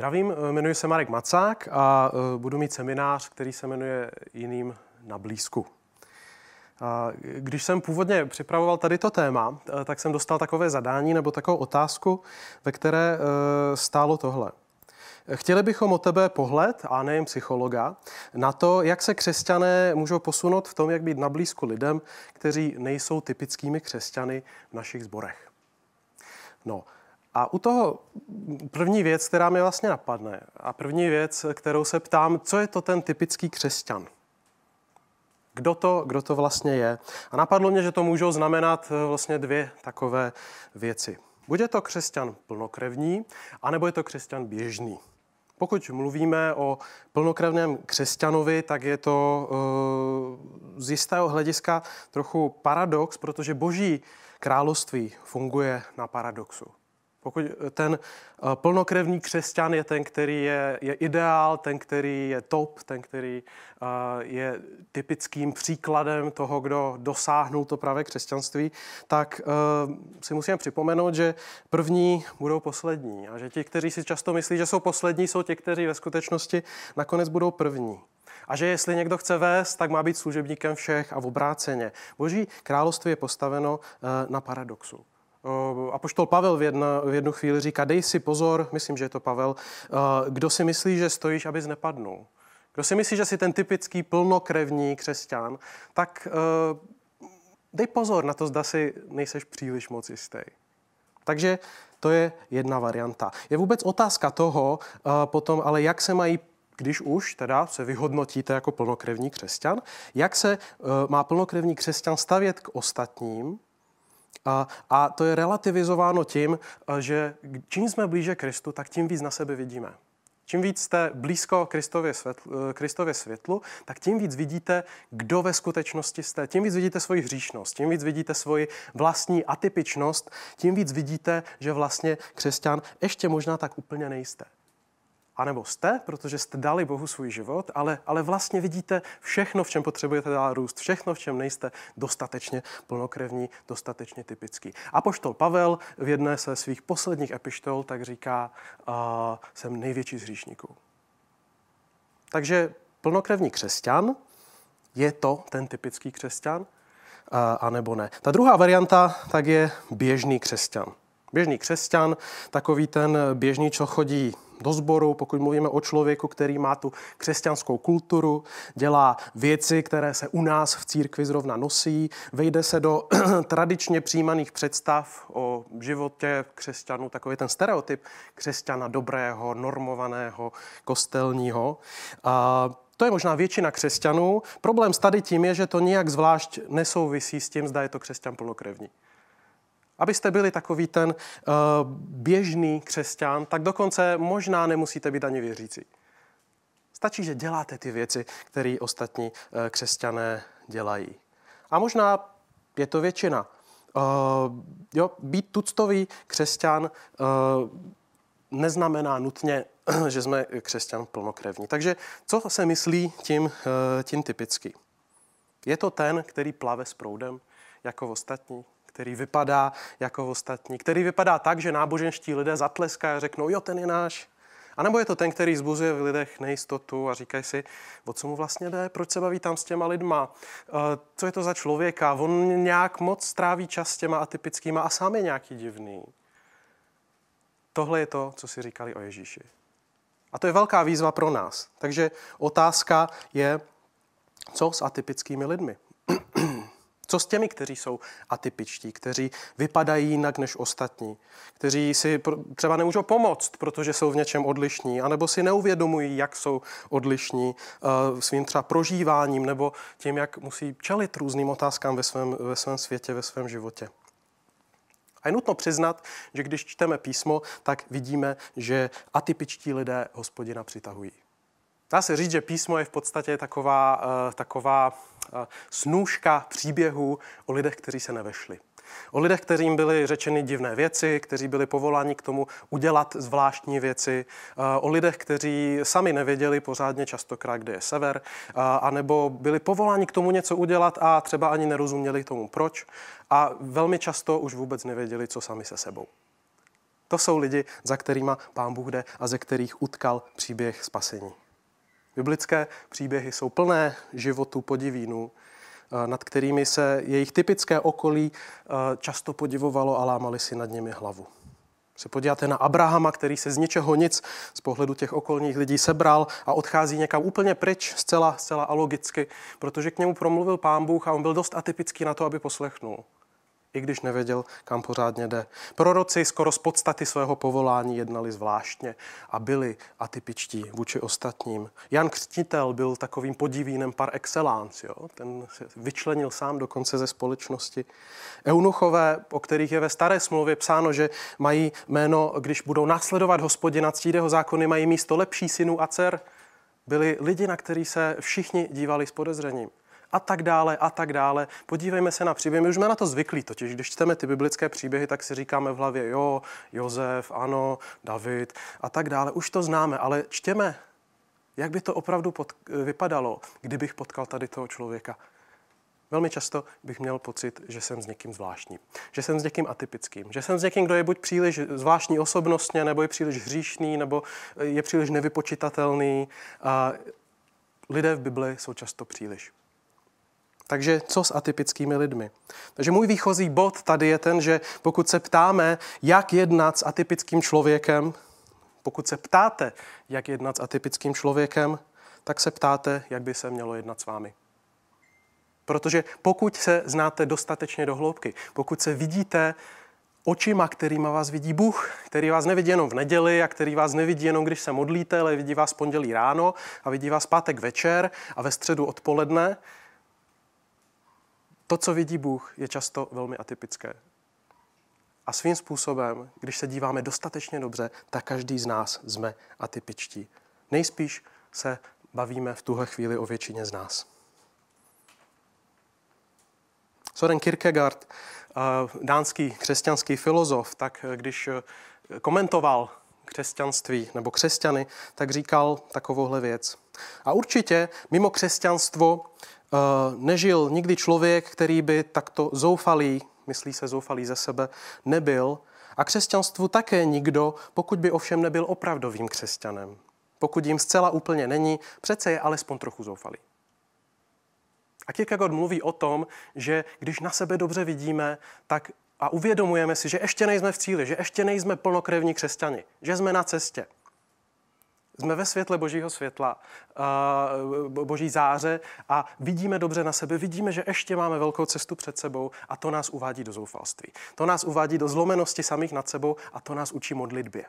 Zdravím, jmenuji se Marek Macák a budu mít seminář, který se jmenuje Jiným na blízku. Když jsem původně připravoval tady to téma, tak jsem dostal takové zadání nebo takovou otázku, ve které stálo tohle. Chtěli bychom od tebe pohled, a nejen psychologa, na to, jak se křesťané můžou posunout v tom, jak být na blízku lidem, kteří nejsou typickými křesťany v našich sborech. No, a u toho první věc, která mě vlastně napadne, a první věc, kterou se ptám, co je to ten typický křesťan? Kdo to vlastně je? A napadlo mě, že to můžou znamenat vlastně dvě takové věci. Buď je to křesťan plnokrevní, anebo je to křesťan běžný. Pokud mluvíme o plnokrevném křesťanovi, tak je to z jistého hlediska trochu paradox, protože Boží království funguje na paradoxu. Pokud ten plnokrevný křesťan je ten, který je ideál, ten, který je top, ten, který je typickým příkladem toho, kdo dosáhnul to pravé křesťanství, tak si musíme připomenout, že první budou poslední a že ti, kteří si často myslí, že jsou poslední, jsou ti, kteří ve skutečnosti nakonec budou první. A že jestli někdo chce vést, tak má být služebníkem všech a v obráceně. Boží království je postaveno na paradoxu. Apoštol Pavel v jednu chvíli říká, dej si pozor, myslím, že je to Pavel, kdo si myslí, že stojíš, abys nepadnul. Kdo si myslí, že jsi ten typický plnokrevní křesťan, tak dej pozor na to, zda si nejseš příliš moc jistý. Takže to je jedna varianta. Je vůbec otázka toho potom, ale jak se mají, když už teda se vyhodnotíte jako plnokrevní křesťan, jak se má plnokrevní křesťan stavět k ostatním. A to je relativizováno tím, že čím jsme blíže Kristu, tak tím víc na sebe vidíme. Čím víc jste blízko Kristově světlu, tak tím víc vidíte, kdo ve skutečnosti jste. Tím víc vidíte svoji hříšnost, tím víc vidíte svoji vlastní atypičnost, tím víc vidíte, že vlastně křesťan ještě možná tak úplně nejste. A nebo jste, protože jste dali Bohu svůj život, ale vlastně vidíte všechno, v čem potřebujete dál růst, všechno, v čem nejste dostatečně plnokrevní, dostatečně typický. Apoštol Pavel v jedné ze svých posledních epištol tak říká, jsem největší z hříšníků. Takže plnokrevní křesťan, je to ten typický křesťan, anebo ne. Ta druhá varianta tak je běžný křesťan. Běžný křesťan, takový ten běžný, co chodí do sboru, pokud mluvíme o člověku, který má tu křesťanskou kulturu, dělá věci, které se u nás v církvi zrovna nosí, vejde se do tradičně přijímaných představ o životě křesťanů, takový ten stereotyp křesťana dobrého, normovaného, kostelního. To je možná většina křesťanů. Problém s tady tím je, že to nijak zvlášť nesouvisí s tím, zda je to křesťan plnokrevní. Abyste byli takový ten běžný křesťan, tak dokonce možná nemusíte být ani věřící. Stačí, že děláte ty věci, které ostatní křesťané dělají. A možná je to většina. Být tuctový křesťan neznamená nutně, že jsme křesťan plnokrevní. Takže co se myslí tím typicky? Je to ten, který plave s proudem jako ostatní? Který vypadá jako ostatní, který vypadá tak, že náboženští lidé zatleskají a řeknou, jo, ten je náš. A nebo je to ten, který vzbuzuje v lidech nejistotu a říkají si, o co mu vlastně jde, proč se baví tam s těma lidma, co je to za člověka, on nějak moc stráví čas s těma atypickýma a sám je nějaký divný. Tohle je to, co si říkali o Ježíši. A to je velká výzva pro nás. Takže otázka je, co s atypickými lidmi? Co s těmi, kteří jsou atypičtí, kteří vypadají jinak než ostatní, kteří si třeba nemůžou pomoct, protože jsou v něčem odlišní, anebo si neuvědomují, jak jsou odlišní svým třeba prožíváním nebo tím, jak musí čelit různým otázkám ve svém světě, ve svém životě. A je nutno přiznat, že když čteme písmo, tak vidíme, že atypičtí lidé Hospodina přitahují. Dá se říct, že písmo je v podstatě taková snůška příběhů o lidech, kteří se nevešli. O lidech, kterým byly řečeny divné věci, kteří byli povoláni k tomu udělat zvláštní věci. O lidech, kteří sami nevěděli pořádně častokrát, kde je sever, anebo byli povoláni k tomu něco udělat a třeba ani nerozuměli tomu proč. A velmi často už vůbec nevěděli, co sami se sebou. To jsou lidi, za kterýma Pán Bůh jde a ze kterých utkal příběh spasení. Biblické příběhy jsou plné životů podivínů, nad kterými se jejich typické okolí často podivovalo a lámali si nad nimi hlavu. Se podíváte na Abrahama, který se z ničeho nic z pohledu těch okolních lidí sebral a odchází někam úplně pryč, zcela alogicky, protože k němu promluvil Pán Bůh a on byl dost atypický na to, aby poslechnul, i když nevěděl, kam pořádně jde. Proroci skoro z podstaty svého povolání jednali zvláštně a byli atypičtí vůči ostatním. Jan Křtitel byl takovým podivínem par excellence. Jo? Ten se vyčlenil sám dokonce ze společnosti. Eunuchové, o kterých je ve Staré smlouvě psáno, že mají jméno, když budou následovat Hospodina, ctít jeho zákony, mají místo lepší synů a dcer, byli lidi, na který se všichni dívali s podezřením. A tak dále, a tak dále. Podívejme se na příběhy. My už jsme na to zvyklí, totiž když čteme ty biblické příběhy, tak si říkáme v hlavě, jo, Josef, ano, David a tak dále. Už to známe, ale čtěme, jak by to opravdu vypadalo, kdybych potkal tady toho člověka. Velmi často bych měl pocit, že jsem s někým zvláštním, že jsem s někým atypickým, že jsem s někým, kdo je buď příliš zvláštní osobnostně, nebo je příliš hříšný, nebo je příliš nevypočitatelný. A lidé v Bibli jsou často příliš. Takže co s atypickými lidmi? Takže můj výchozí bod tady je ten, že pokud se ptáme, jak jednat s atypickým člověkem, pokud se ptáte, jak jednat s atypickým člověkem, tak se ptáte, jak by se mělo jednat s vámi. Protože pokud se znáte dostatečně do hloubky, pokud se vidíte očima, kterýma vás vidí Bůh, který vás nevidí jenom v neděli a který vás nevidí jenom, když se modlíte, ale vidí vás pondělí ráno a vidí vás pátek večer a ve středu odpoledne, to, co vidí Bůh, je často velmi atypické. A svým způsobem, když se díváme dostatečně dobře, tak každý z nás jsme atypičtí. Nejspíš se bavíme v tuhle chvíli o většině z nás. Søren Kierkegaard, dánský křesťanský filozof, tak když komentoval křesťanství nebo křesťany, tak říkal takovouhle věc. A určitě mimo křesťanstvo nežil nikdy člověk, který by takto zoufalý, myslí se zoufalý ze sebe, nebyl. A křesťanstvu také nikdo, pokud by ovšem nebyl opravdovým křesťanem. Pokud jim zcela úplně není, přece je alespoň trochu zoufalý. A Kierkegaard mluví o tom, že když na sebe dobře vidíme, tak a uvědomujeme si, že ještě nejsme v cíli, že ještě nejsme plnokrevní křesťani, že jsme na cestě. Jsme ve světle Božího světla, Boží záře a vidíme dobře na sebe, vidíme, že ještě máme velkou cestu před sebou a to nás uvádí do zoufalství. To nás uvádí do zlomenosti samých nad sebou a to nás učí modlitbě.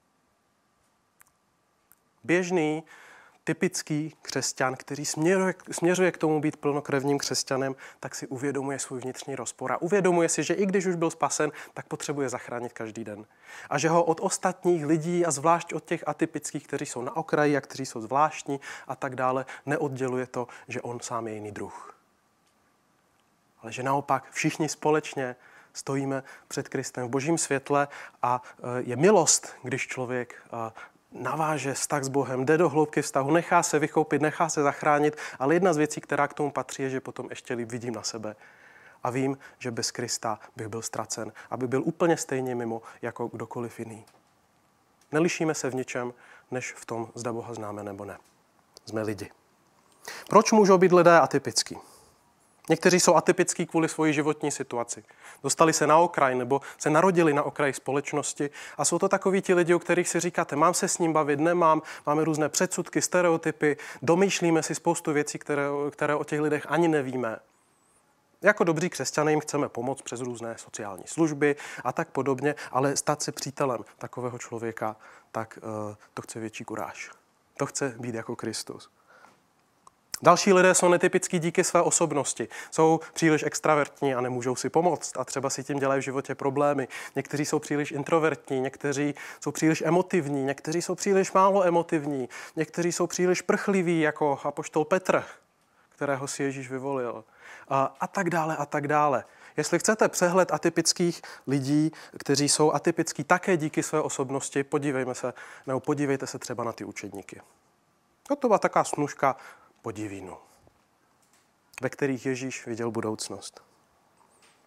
Běžný, typický křesťan, který směřuje k tomu být plnokrevným křesťanem, tak si uvědomuje svůj vnitřní rozpor a uvědomuje si, že i když už byl spasen, tak potřebuje zachránit každý den. A že ho od ostatních lidí a zvlášť od těch atypických, kteří jsou na okraji a kteří jsou zvláštní a tak dále, neodděluje to, že on sám je jiný druh. Ale že naopak všichni společně stojíme před Kristem v Božím světle a je milost, když člověk naváže vztah s Bohem, jde do hloubky vztahu, nechá se vychoupit, nechá se zachránit, ale jedna z věcí, která k tomu patří, je, že potom ještě líp vidím na sebe. A vím, že bez Krista bych byl ztracen, aby byl úplně stejně mimo jako kdokoliv jiný. Nelišíme se v ničem, než v tom, zda Boha známe nebo ne. Jsme lidi. Proč můžou být lidé atypický? Někteří jsou atypický kvůli svojí životní situaci. Dostali se na okraj nebo se narodili na okraji společnosti a jsou to takoví ti lidi, o kterých si říkáte, mám se s ním bavit, nemám, máme různé předsudky, stereotypy, domýšlíme si spoustu věcí, které o těch lidech ani nevíme. Jako dobří křesťané jim chceme pomoct přes různé sociální služby a tak podobně, ale stát se přítelem takového člověka, tak to chce větší kuráž. To chce být jako Kristus. Další lidé jsou netypický díky své osobnosti. Jsou příliš extravertní a nemůžou si pomoct a třeba si tím dělají v životě problémy. Někteří jsou příliš introvertní, někteří jsou příliš emotivní, někteří jsou příliš málo emotivní, někteří jsou příliš prchliví jako apoštol Petr, kterého si Ježíš vyvolil. A tak dále, a tak dále. Jestli chcete přehled atypických lidí, kteří jsou atypický také díky své osobnosti, podívejte se třeba na ty učedníky. To byla taková snůška podivínu, ve kterých Ježíš viděl budoucnost.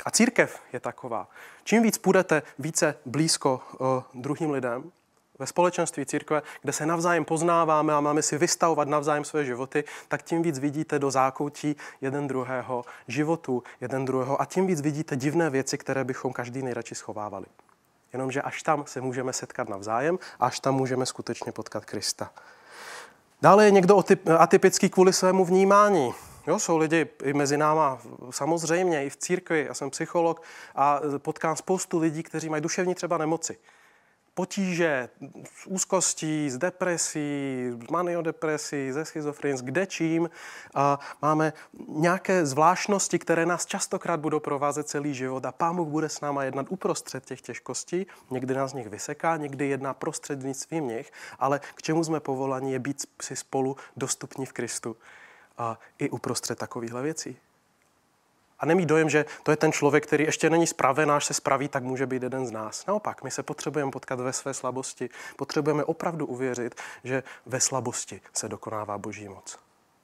A církev je taková. Čím víc půjdete více blízko druhým lidem, ve společenství církve, kde se navzájem poznáváme a máme si vystavovat navzájem své životy, tak tím víc vidíte do zákoutí jeden druhého, životu jeden druhého a tím víc vidíte divné věci, které bychom každý nejradši schovávali. Jenomže až tam se můžeme setkat navzájem a až tam můžeme skutečně potkat Krista. Dále je někdo atypický kvůli svému vnímání. Jo, jsou lidi i mezi náma, samozřejmě i v církvi, já jsem psycholog a potkám spoustu lidí, kteří mají duševní třeba nemoci. Potíže s úzkostí, s depresí, s maniodepresí, ze schizofrenie, s kdečím. A máme nějaké zvláštnosti, které nás častokrát budou provázet celý život a Pán Bůh bude s náma jednat uprostřed těch těžkostí. Někdy nás z nich vyseká, někdy jedná prostřednictvím nich, ale k čemu jsme povolani je být si spolu dostupní v Kristu a i uprostřed takovýchhle věcí. A nemít dojem, že to je ten člověk, který ještě není spraven, až se spraví, tak může být jeden z nás. Naopak, my se potřebujeme potkat ve své slabosti. Potřebujeme opravdu uvěřit, že ve slabosti se dokonává Boží moc.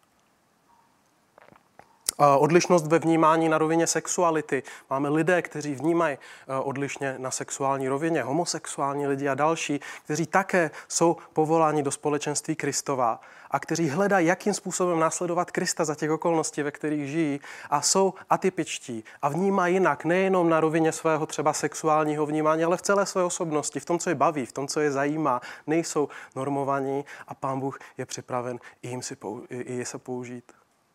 Odlišnost ve vnímání na rovině sexuality. Máme lidé, kteří vnímají odlišně na sexuální rovině, homosexuální lidi a další, kteří také jsou povoláni do společenství Kristova a kteří hledají, jakým způsobem následovat Krista za těch okolností, ve kterých žijí a jsou atypičtí a vnímají jinak, nejenom na rovině svého třeba sexuálního vnímání, ale v celé své osobnosti, v tom, co je baví, v tom, co je zajímá, nejsou normovaní a Pán Bůh je připraven i je se použít.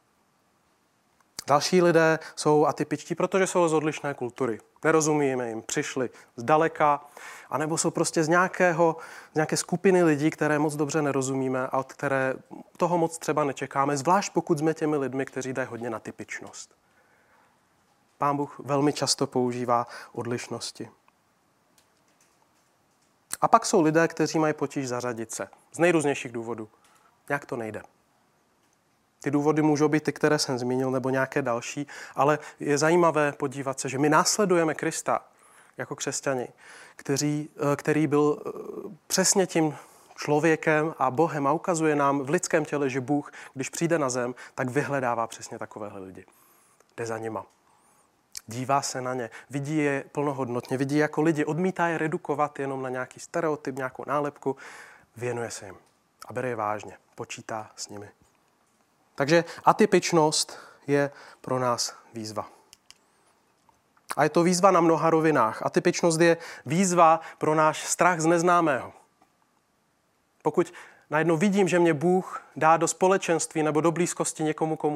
Další lidé jsou atypičtí, protože jsou z odlišné kultury. Nerozumíme jim, přišli zdaleka, anebo jsou prostě z nějaké skupiny lidí, které moc dobře nerozumíme a od které toho moc třeba nečekáme, zvlášť pokud jsme těmi lidmi, kteří dají hodně na typičnost. Pán Bůh velmi často používá odlišnosti. A pak jsou lidé, kteří mají potíž zařadit se. Z nejrůznějších důvodů. Nějak to nejde. Ty důvody můžou být ty, které jsem zmínil, nebo nějaké další, ale je zajímavé podívat se, že my následujeme Krista jako křesťani, který byl přesně tím člověkem a Bohem a ukazuje nám v lidském těle, že Bůh, když přijde na zem, tak vyhledává přesně takovéhle lidi. Jde za nima. Dívá se na ně, vidí je plnohodnotně, vidí jako lidi, odmítá je redukovat jenom na nějaký stereotyp, nějakou nálepku, věnuje se jim a bere je vážně, počítá s nimi. Takže atypičnost je pro nás výzva. A je to výzva na mnoha rovinách. Atypičnost je výzva pro náš strach z neznámého. Pokud najednou vidím, že mě Bůh dá do společenství nebo do blízkosti někomu, komu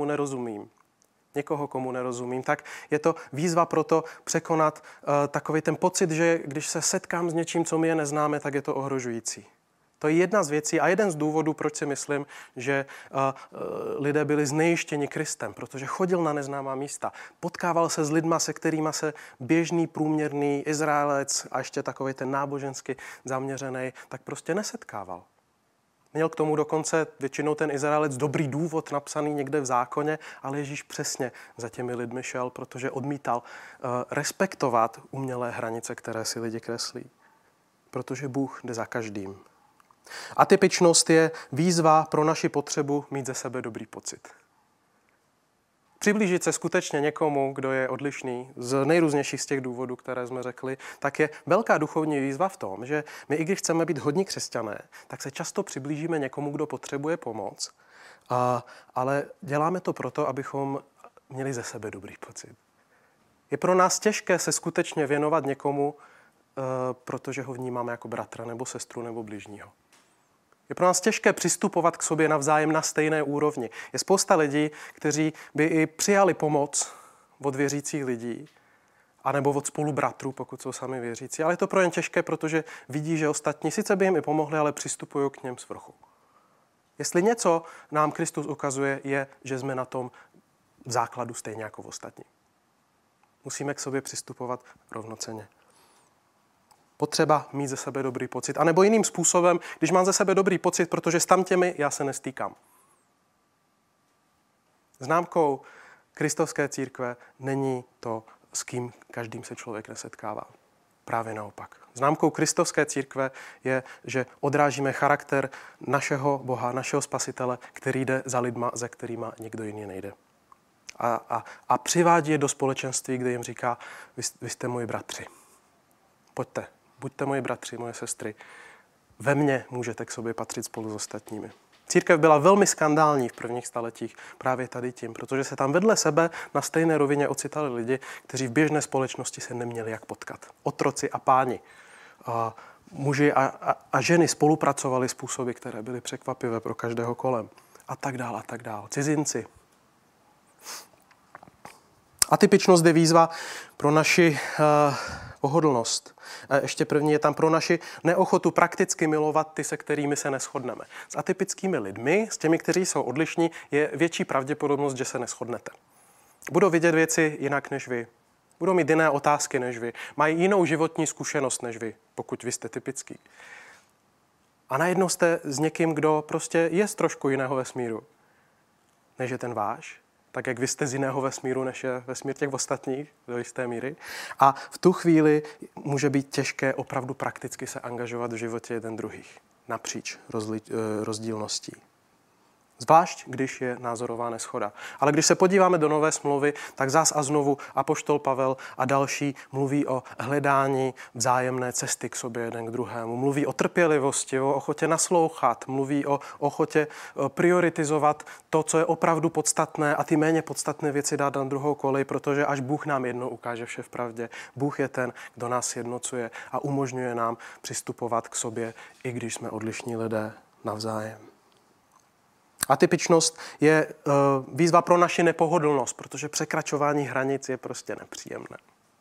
nerozumím, tak je to výzva pro to překonat takový ten pocit, že když se setkám s něčím, co mi je neznáme, tak je to ohrožující. To je jedna z věcí a jeden z důvodů, proč si myslím, že lidé byli znejištěni Kristem, protože chodil na neznámá místa, potkával se s lidma, se kterými se běžný, průměrný Izraelec a ještě takový ten nábožensky zaměřený, tak prostě nesetkával. Měl k tomu dokonce většinou ten Izraelec dobrý důvod napsaný někde v zákoně, ale Ježíš přesně za těmi lidmi šel, protože odmítal respektovat umělé hranice, které si lidi kreslí. Protože Bůh jde za každým. Atypičnost je výzva pro naši potřebu mít ze sebe dobrý pocit. Přiblížit se skutečně někomu, kdo je odlišný z nejrůznějších z těch důvodů, které jsme řekli, tak je velká duchovní výzva v tom, že my, i když chceme být hodní křesťané, tak se často přiblížíme někomu, kdo potřebuje pomoc, ale děláme to proto, abychom měli ze sebe dobrý pocit. Je pro nás těžké se skutečně věnovat někomu, protože ho vnímáme jako bratra nebo sestru nebo bližního. Je pro nás těžké přistupovat k sobě navzájem na stejné úrovni. Je spousta lidí, kteří by i přijali pomoc od věřících lidí, anebo od spolubratrů, pokud jsou sami věřící. Ale je to pro ně těžké, protože vidí, že ostatní sice by jim i pomohli, ale přistupují k něm z vrchu. Jestli něco nám Kristus ukazuje, je, že jsme na tom v základu stejně jako ostatní. Musíme k sobě přistupovat rovnocenně. Potřeba mít ze sebe dobrý pocit. A nebo jiným způsobem, když mám ze sebe dobrý pocit, protože s tamtěmi já se nestýkám. Známkou kristovské církve není to, s kým každým se člověk nesetkává. Právě naopak. Známkou kristovské církve je, že odrážíme charakter našeho Boha, našeho Spasitele, který jde za lidma, za kterýma někdo jiný nejde. a přivádí je do společenství, kde jim říká, vy jste moji bratři. Pojďte, buďte moji bratři, moje sestry. Ve mně můžete k sobě patřit spolu s ostatními. Církev byla velmi skandální v prvních staletích právě tady tím, protože se tam vedle sebe na stejné rovině ocitali lidi, kteří v běžné společnosti se neměli jak potkat. Otroci a páni. Muži a ženy spolupracovali způsoby, které byly překvapivé pro každého kolem. A tak dál, a tak dál. Cizinci. Atypičnost je výzva pro naši pohodlnost. Ještě první je tam pro naši neochotu prakticky milovat ty, se kterými se neshodneme. S atypickými lidmi, s těmi, kteří jsou odlišní, je větší pravděpodobnost, že se neshodnete. Budou vidět věci jinak než vy. Budou mít jiné otázky než vy. Mají jinou životní zkušenost než vy, pokud vy jste typický. A najednou jste s někým, kdo prostě je z trošku jiného vesmíru, než je ten váš. Tak jak vy jste z jiného vesmíru, než je vesmír těch ostatních, do jisté míry. A v tu chvíli může být těžké opravdu prakticky se angažovat v životě jeden druhých napříč rozdílností. Zvlášť, když je názorová neshoda. Ale když se podíváme do Nové smlouvy, tak zás a znovu apoštol Pavel a další mluví o hledání vzájemné cesty k sobě jeden k druhému. Mluví o trpělivosti, o ochotě naslouchat, mluví o ochotě prioritizovat to, co je opravdu podstatné a ty méně podstatné věci dát na druhou kolej, protože až Bůh nám jednou ukáže vše v pravdě. Bůh je ten, kdo nás jednocuje a umožňuje nám přistupovat k sobě, i když jsme odlišní lidé navzájem. Atypičnost je výzva pro naši nepohodlnost, protože překračování hranic je prostě nepříjemné.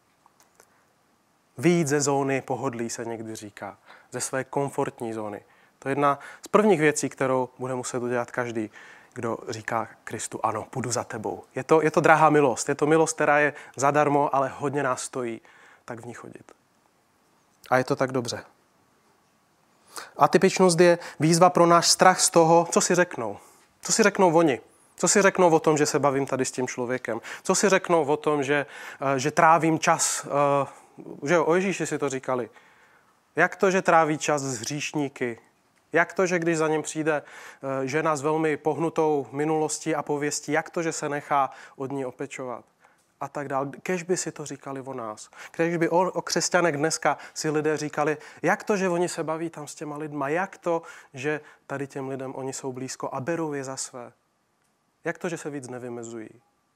Vyjít ze zóny pohodlí se někdy říká, ze své komfortní zóny. To je jedna z prvních věcí, kterou bude muset udělat každý, kdo říká Kristu, ano, půjdu za tebou. Je to drahá milost, je to milost, která je zadarmo, ale hodně nás stojí, tak v ní chodit. A je to tak dobře. Atypičnost je výzva pro náš strach z toho, co si řeknou. Co si řeknou oni? Co si řeknou o tom, že se bavím tady s tím člověkem? Co si řeknou o tom, že trávím čas? Že o Ježíši si to říkali. Jak to, že tráví čas s hříšníky? Jak to, že když za ním přijde žena s velmi pohnutou minulostí a pověstí, jak to, že se nechá od ní opečovat? A tak dál. Kéž by si to říkali o nás. Kéž by o křesťanech dneska si lidé říkali, jak to, že oni se baví tam s těma lidma, jak to, že tady těm lidem oni jsou blízko a berou je za své. Jak to, že se víc nevymezují.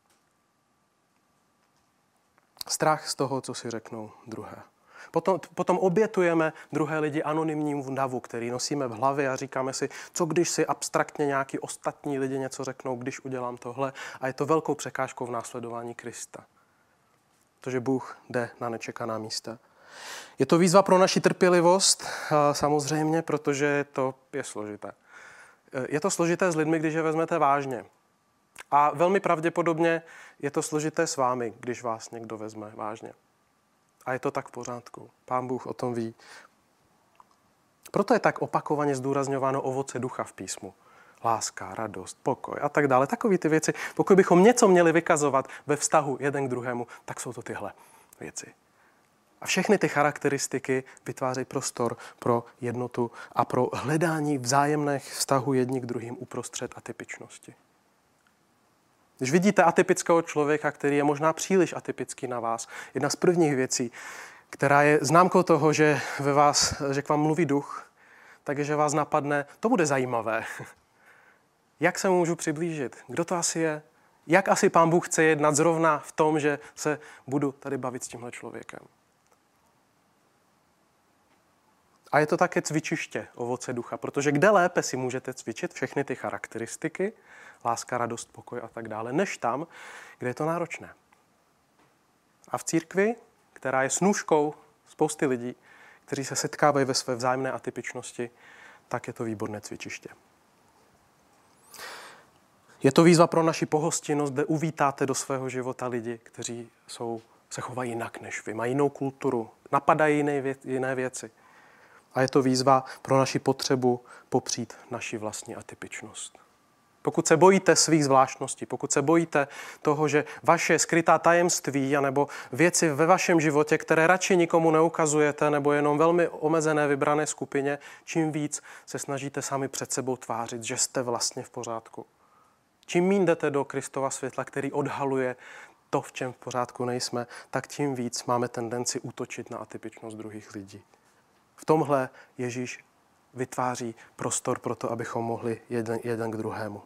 Strach z toho, co si řeknou druhé. Potom obětujeme druhé lidi anonymnímu davu, který nosíme v hlavě a říkáme si, co když si abstraktně nějaký ostatní lidi něco řeknou, když udělám tohle. A je to velkou překážkou v následování Krista. Protože Bůh jde na nečekaná místa. Je to výzva pro naši trpělivost, samozřejmě, protože to je složité. Je to složité s lidmi, když je vezmete vážně. A velmi pravděpodobně je to složité s vámi, když vás někdo vezme vážně. A je to tak v pořádku. Pán Bůh o tom ví. Proto je tak opakovaně zdůrazňováno ovoce ducha v písmu. Láska, radost, pokoj a tak dále. Takové ty věci. Pokud bychom něco měli vykazovat ve vztahu jeden k druhému, tak jsou to tyhle věci. A všechny ty charakteristiky vytvářejí prostor pro jednotu a pro hledání vzájemných vztahů jedni k druhým uprostřed atypičnosti. Když vidíte atypického člověka, který je možná příliš atypický na vás, jedna z prvních věcí, která je známkou toho, že k vám mluví duch, takže že vás napadne, to bude zajímavé. Jak se můžu přiblížit? Kdo to asi je? Jak asi Pán Bůh chce jednat zrovna v tom, že se budu tady bavit s tímhle člověkem? A je to také cvičiště ovoce ducha, protože kde lépe si můžete cvičit všechny ty charakteristiky, láska, radost, pokoj a tak dále, než tam, kde je to náročné. A v církvi, která je snůškou spousty lidí, kteří se setkávají ve své vzájemné atypičnosti, tak je to výborné cvičiště. Je to výzva pro naši pohostinnost, kde uvítáte do svého života lidi, kteří se chovají jinak než vy, mají jinou kulturu, napadají jiné věci. A je to výzva pro naši potřebu popřít naši vlastní atypičnost. Pokud se bojíte svých zvláštností, pokud se bojíte toho, že vaše skrytá tajemství anebo věci ve vašem životě, které radši nikomu neukazujete nebo jenom velmi omezené vybrané skupině, čím víc se snažíte sami před sebou tvářit, že jste vlastně v pořádku, Čím míň jdete do Kristova světla, který odhaluje to, v čem v pořádku nejsme, tak tím víc máme tendenci útočit na atypičnost druhých lidí. V tomhle Ježíš vytváří prostor pro to, abychom mohli jeden k druhému.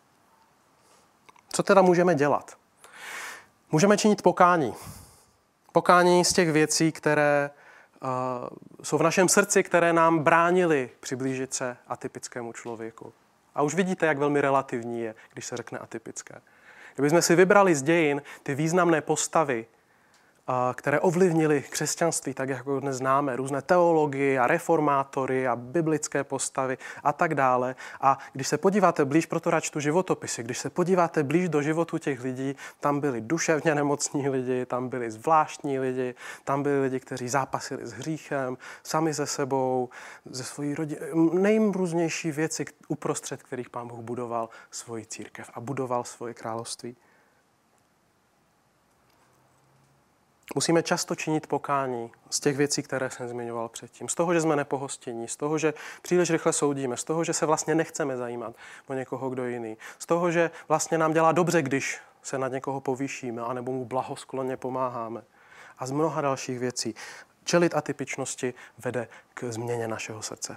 Co teda můžeme dělat? Můžeme činit pokání. Pokání z těch věcí, které jsou v našem srdci, které nám bránily přiblížit se atypickému člověku. A už vidíte, jak velmi relativní je, když se řekne atypické. Kdybychom si vybrali z dějin ty významné postavy, které ovlivnily křesťanství, tak jak ho dnes známe, různé teology a reformátory a biblické postavy a tak dále. A když se podíváte blíž, proto rád čtu životopisy, když se podíváte blíž do životu těch lidí, tam byli duševně nemocní lidi, tam byli zvláštní lidi, tam byli lidi, kteří zápasili s hříchem, sami se sebou, ze svojí rodiny, nejrůznější věci, uprostřed kterých Pán Bůh budoval svoji církev a budoval svoje království. Musíme často činit pokání z těch věcí, které jsem zmiňoval předtím. Z toho, že jsme nepohostinní, z toho, že příliš rychle soudíme, z toho, že se vlastně nechceme zajímat o někoho, kdo jiný, z toho, že vlastně nám dělá dobře, když se nad někoho povýšíme, anebo mu blahosklonně pomáháme. A z mnoha dalších věcí. Čelit atypičnosti vede k změně našeho srdce.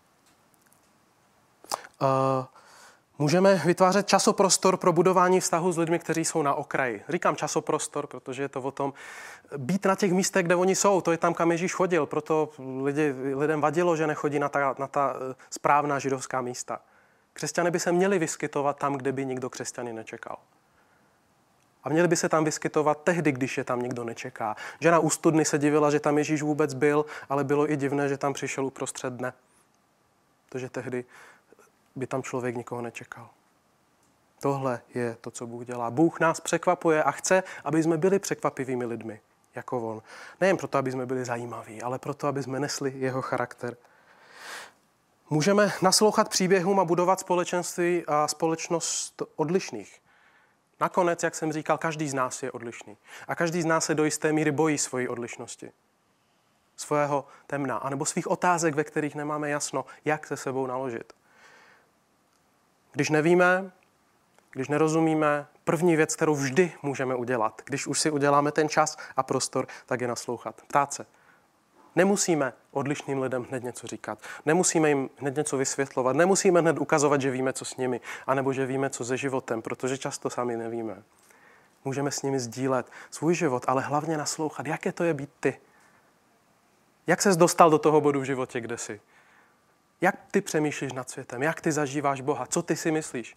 Můžeme vytvářet časoprostor pro budování vztahu s lidmi, kteří jsou na okraji. Říkám časoprostor, protože je to o tom být na těch místech, kde oni jsou. To je tam, kam Ježíš chodil. Proto lidem vadilo, že nechodí na ta správná židovská místa. Křesťané by se měli vyskytovat tam, kde by nikdo křesťany nečekal. A měli by se tam vyskytovat tehdy, když je tam nikdo nečeká. Žena u studny se divila, že tam Ježíš vůbec byl, ale bylo i divné, že tam přišel uprostřed dne. Protože tehdy by tam člověk nikoho nečekal. Tohle je to, co Bůh dělá. Bůh nás překvapuje a chce, aby jsme byli překvapivými lidmi, jako on. Nejen proto, aby jsme byli zajímaví, ale proto, aby jsme nesli jeho charakter. Můžeme naslouchat příběhům a budovat společenství a společnost odlišných. Nakonec, jak jsem říkal, každý z nás je odlišný. A každý z nás se do jisté míry bojí svojí odlišnosti. Svého temna, anebo svých otázek, ve kterých nemáme jasno, jak se sebou naložit. Když nevíme, když nerozumíme, první věc, kterou vždy můžeme udělat, když už si uděláme ten čas a prostor, tak je naslouchat. Ptát se. Nemusíme odlišným lidem hned něco říkat. Nemusíme jim hned něco vysvětlovat. Nemusíme hned ukazovat, že víme, co s nimi, anebo že víme, co se životem, protože často sami nevíme. Můžeme s nimi sdílet svůj život, ale hlavně naslouchat. Jaké to je být ty? Jak ses dostal do toho bodu v životě, kde jsi? Jak ty přemýšlíš nad světem? Jak ty zažíváš Boha? Co ty si myslíš?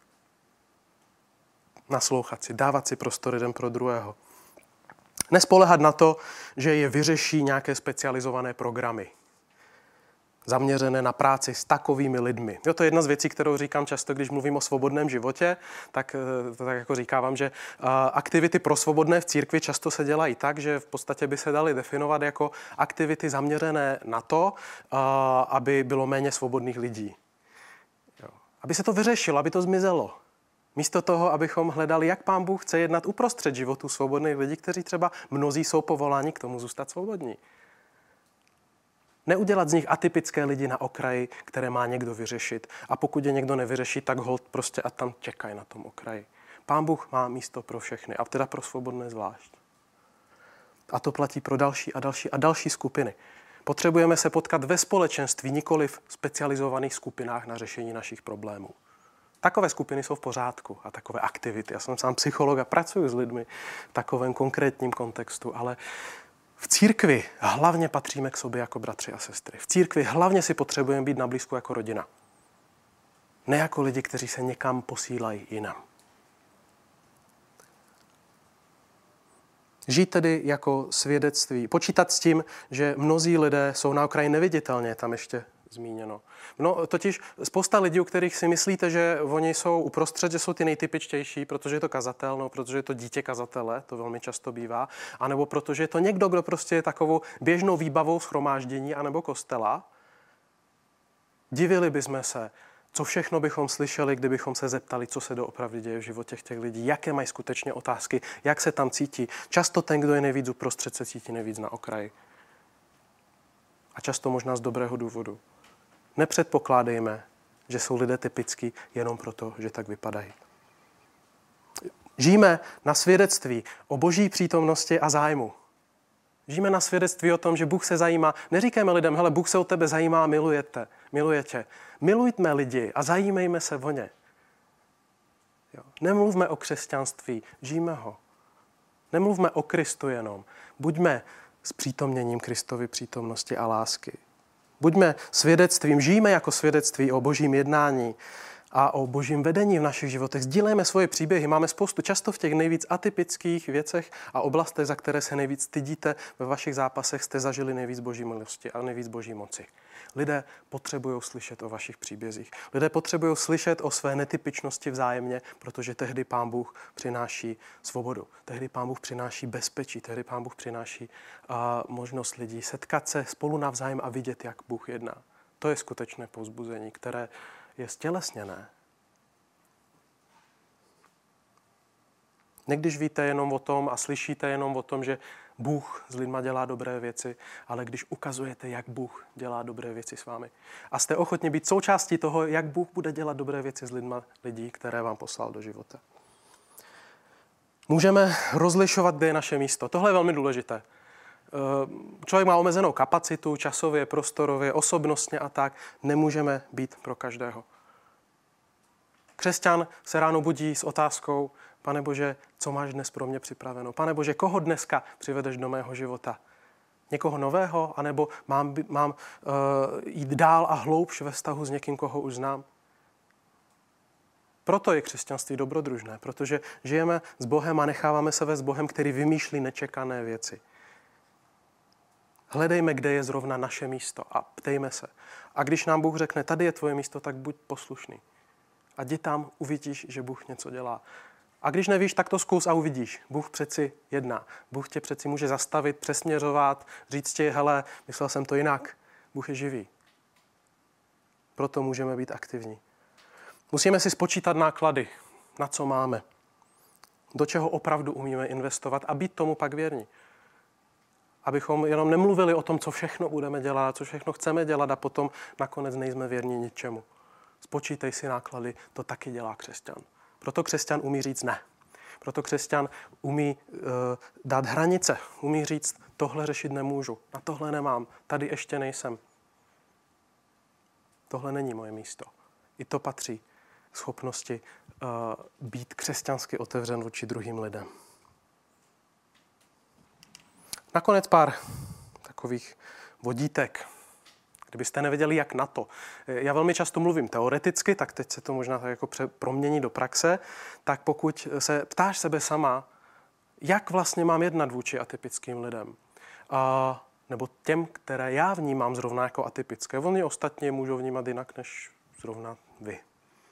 Naslouchat si, dávat si prostor jeden pro druhého. Nespoléhat na to, že je vyřeší nějaké specializované programy. Zaměřené na práci s takovými lidmi. Jo, to je jedna z věcí, kterou říkám často, když mluvím o svobodném životě, tak jako říkávám, že aktivity pro svobodné v církvi často se dělají tak, že v podstatě by se daly definovat jako aktivity zaměřené na to, aby bylo méně svobodných lidí. Jo. Aby se to vyřešilo, aby to zmizelo. Místo toho, abychom hledali, jak Pán Bůh chce jednat uprostřed životů svobodných lidí, kteří třeba mnozí jsou povoláni k tomu zůstat svobodní. Neudělat z nich atypické lidi na okraji, které má někdo vyřešit. A pokud je někdo nevyřeší, tak holt prostě a tam čekají na tom okraji. Pán Bůh má místo pro všechny, a teda pro svobodné zvlášť. A to platí pro další a další a další skupiny. Potřebujeme se potkat ve společenství, nikoliv v specializovaných skupinách na řešení našich problémů. Takové skupiny jsou v pořádku a takové aktivity. Já jsem sám psycholog a pracuji s lidmi v takovém konkrétním kontextu, ale v církvi hlavně patříme k sobě jako bratři a sestry. V církvi hlavně si potřebujeme být na blízku jako rodina. Ne jako lidi, kteří se někam posílají jinam. Žít tedy jako svědectví. Počítat s tím, že mnozí lidé jsou na okraji neviditelně, tam ještě zmíněno. No, totiž spousta lidí, u kterých si myslíte, že oni jsou uprostřed, že jsou ty nejtypičtější, protože je to kazatel, no, protože je to dítě kazatele, to velmi často bývá, anebo protože je to někdo, kdo prostě je takovou běžnou výbavou shromáždění anebo kostela. Divili bychom se, co všechno bychom slyšeli, kdybychom se zeptali, co se doopravdy děje v životě těch lidí, jaké mají skutečně otázky, jak se tam cítí. Často ten, kdo je nejvíc uprostřed, se cítí nejvíc na okraji. A často možná z dobrého důvodu. Nepředpokládejme, že jsou lidé typický jenom proto, že tak vypadají. Žijeme na svědectví o Boží přítomnosti a zájmu. Žijeme na svědectví o tom, že Bůh se zajímá. Neříkáme lidem, hele, Bůh se o tebe zajímá, miluje tě. Milujme lidi a zajímejme se o ně. Jo. Nemluvme o křesťanství, žijme ho. Nemluvme o Kristu jenom. Buďme s přítomněním Kristovy přítomnosti a lásky. Buďme svědectvím, žijme jako svědectví o Božím jednání a o Božím vedení v našich životech. Sdílejme svoje příběhy. Máme spoustu, často v těch nejvíc atypických věcech a oblastech, za které se nejvíc stydíte, ve vašich zápasech jste zažili nejvíc Boží milosti a nejvíc Boží moci. Lidé potřebují slyšet o vašich příbězích. Lidé potřebují slyšet o své netypičnosti vzájemně, protože tehdy Pán Bůh přináší svobodu. Tehdy Pán Bůh přináší bezpečí. Tehdy Pán Bůh přináší možnost lidí setkat se spolu navzájem a vidět, jak Bůh jedná. To je skutečné povzbuzení, které je stělesněné. Někdyž víte jenom o tom a slyšíte jenom o tom, že Bůh s lidma dělá dobré věci, ale když ukazujete, jak Bůh dělá dobré věci s vámi a jste ochotni být součástí toho, jak Bůh bude dělat dobré věci s lidí, které vám poslal do života. Můžeme rozlišovat, kde je naše místo. Tohle je velmi důležité. Člověk má omezenou kapacitu, časově, prostorově, osobnostně a tak. Nemůžeme být pro každého. Křesťan se ráno budí s otázkou: Pane Bože, co máš dnes pro mě připraveno? Pane Bože, koho dneska přivedeš do mého života? Někoho nového? Anebo mám jít dál a hloubš ve vztahu s někým, koho už znám? Proto je křesťanství dobrodružné, protože žijeme s Bohem a necháváme se vést Bohem, který vymýšlí nečekané věci. Hledejme, kde je zrovna naše místo a ptejme se. A když nám Bůh řekne, tady je tvoje místo, tak buď poslušný. A jdi tam, uvidíš, že Bůh něco dělá. A když nevíš, tak to zkus a uvidíš. Bůh přeci jedná. Bůh tě přeci může zastavit, přesměřovat, říct ti, hele, myslel jsem to jinak. Bůh je živý. Proto můžeme být aktivní. Musíme si spočítat náklady, na co máme. Do čeho opravdu umíme investovat a být tomu pak věrní. Abychom jenom nemluvili o tom, co všechno budeme dělat, co všechno chceme dělat a potom nakonec nejsme věrní ničemu. Spočítej si náklady, to taky dělá křesťan. Proto křesťan umí říct ne. Proto křesťan umí dát hranice, umí říct, tohle řešit nemůžu, na tohle nemám, tady ještě nejsem. Tohle není moje místo. I to patří schopnosti být křesťansky otevřen vůči druhým lidem. Nakonec pár takových vodítek. Kdybyste nevěděli, jak na to. Já velmi často mluvím teoreticky, tak teď se to možná tak jako promění do praxe. Tak pokud se ptáš sebe sama, jak vlastně mám jednat vůči atypickým lidem, nebo těm, které já vnímám zrovna jako atypické. Oni ostatně můžou vnímat jinak, než zrovna vy.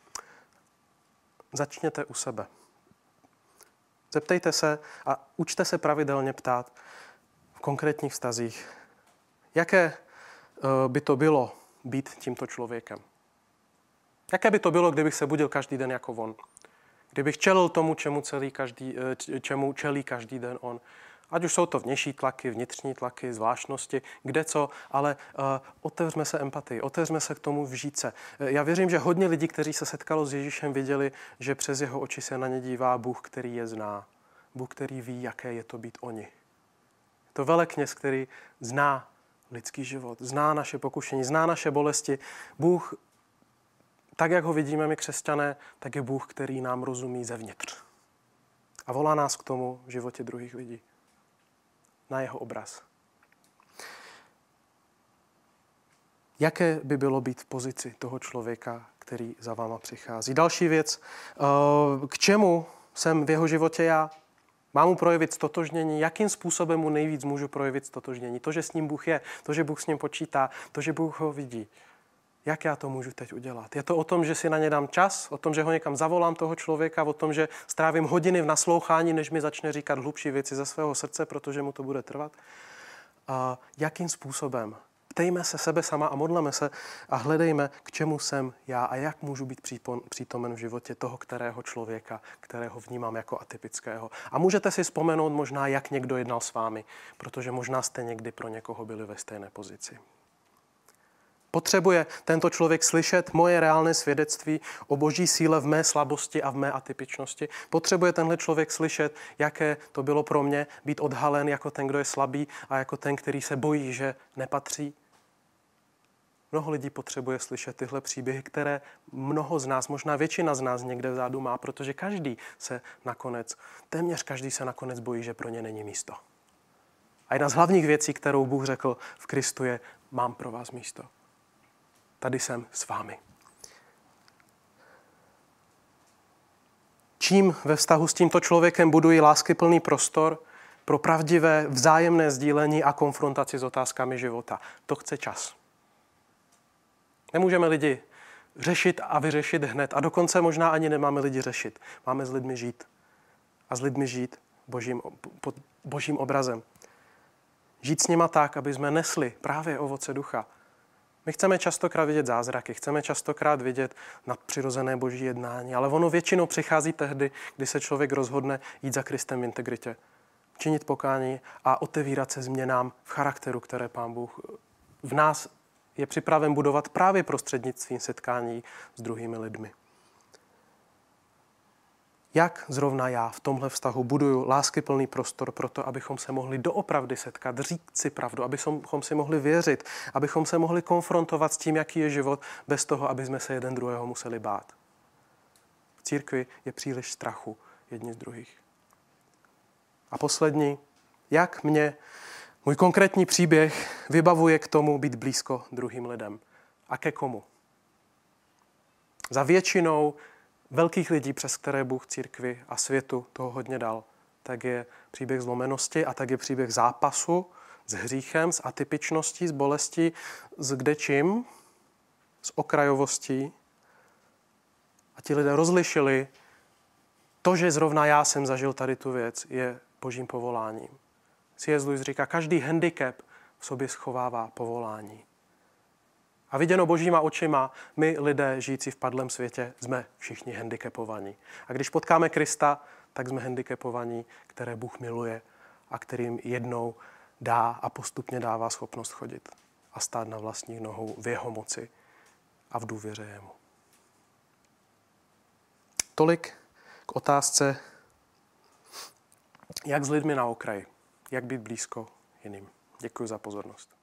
Začněte u sebe. Zeptejte se a učte se pravidelně ptát v konkrétních vztazích, jaké by to bylo být tímto člověkem. Jaké by to bylo, kdybych se budil každý den jako on? Kdybych čelil tomu, čemu čelí každý den on. Ať už jsou to vnější tlaky, vnitřní tlaky, zvláštnosti, kde co, ale otevřme se empatii, otevřme se k tomu vžít se. Já věřím, že hodně lidí, kteří se setkalo s Ježíšem, viděli, že přes jeho oči se na ně dívá Bůh, který je zná. Bůh, který ví, jaké je to být oni. To velekněz, který zná lidský život, zná naše pokušení, zná naše bolesti. Bůh, tak jak ho vidíme my křesťané, tak je Bůh, který nám rozumí zevnitř. A volá nás k tomu v životě druhých lidí. Na jeho obraz. Jaké by bylo být v pozici toho člověka, který za váma přichází? Další věc, k čemu jsem v jeho životě já? Mám mu projevit stotožnění? Jakým způsobem mu nejvíc můžu projevit stotožnění? To, že s ním Bůh je, to, že Bůh s ním počítá, to, že Bůh ho vidí. Jak já to můžu teď udělat? Je to o tom, že si na ně dám čas, o tom, že ho někam zavolám toho člověka, o tom, že strávím hodiny v naslouchání, než mi začne říkat hlubší věci ze svého srdce, protože mu to bude trvat? A jakým způsobem? Ptejme se sebe sama a modleme se a hledejme, k čemu jsem já a jak můžu být přítomen v životě toho kterého člověka, kterého vnímám jako atypického. A můžete si vzpomenout možná, jak někdo jednal s vámi, protože možná jste někdy pro někoho byli ve stejné pozici. Potřebuje tento člověk slyšet moje reálné svědectví o boží síle v mé slabosti a v mé atypičnosti. Potřebuje tenhle člověk slyšet, jaké to bylo pro mě být odhalen jako ten, kdo je slabý a jako ten, který se bojí, že nepatří. Mnoho lidí potřebuje slyšet tyhle příběhy, které mnoho z nás, možná většina z nás někde vzadu má, protože téměř každý se nakonec bojí, že pro ně není místo. A jedna z hlavních věcí, kterou Bůh řekl v Kristu je, mám pro vás místo. Tady jsem s vámi. Čím ve vztahu s tímto člověkem buduji láskyplný prostor pro pravdivé vzájemné sdílení a konfrontaci s otázkami života? To chce čas. Nemůžeme lidi řešit a vyřešit hned. A dokonce možná ani nemáme lidi řešit. Máme s lidmi žít. A s lidmi žít pod božím obrazem. Žít s nima tak, aby jsme nesli právě ovoce ducha. My chceme častokrát vidět zázraky, chceme častokrát vidět nadpřirozené boží jednání, ale ono většinou přichází tehdy, kdy se člověk rozhodne jít za Kristem v integritě. Činit pokání a otevírat se změnám v charakteru, které Pán Bůh v nás je připraven budovat právě prostřednictvím setkání s druhými lidmi. Jak zrovna já v tomhle vztahu buduju láskyplný prostor pro to, abychom se mohli doopravdy setkat, říct si pravdu, abychom si mohli věřit, abychom se mohli konfrontovat s tím, jaký je život, bez toho, aby jsme se jeden druhého museli bát. V církvi je příliš strachu jedni z druhých. A poslední, jak mě můj konkrétní příběh vybavuje k tomu být blízko druhým lidem. A ke komu? Za většinou velkých lidí, přes které Bůh církvi a světu toho hodně dal, tak je příběh zlomenosti a tak je příběh zápasu s hříchem, s atypičností, s bolestí, s kdečím, s okrajovostí. A ti lidé rozlišili to, že zrovna já jsem zažil tady tu věc, je božím povoláním. C.S. Lewis říká, každý handicap v sobě schovává povolání. A viděno božíma očima, my lidé žijící v padlém světě jsme všichni handicapovaní. A když potkáme Krista, tak jsme handicapovaní, které Bůh miluje a kterým jednou dá a postupně dává schopnost chodit a stát na vlastních nohou v jeho moci a v důvěře jemu. Tolik k otázce, jak s lidmi na okraji, jak být blízko jiným. Děkuji za pozornost.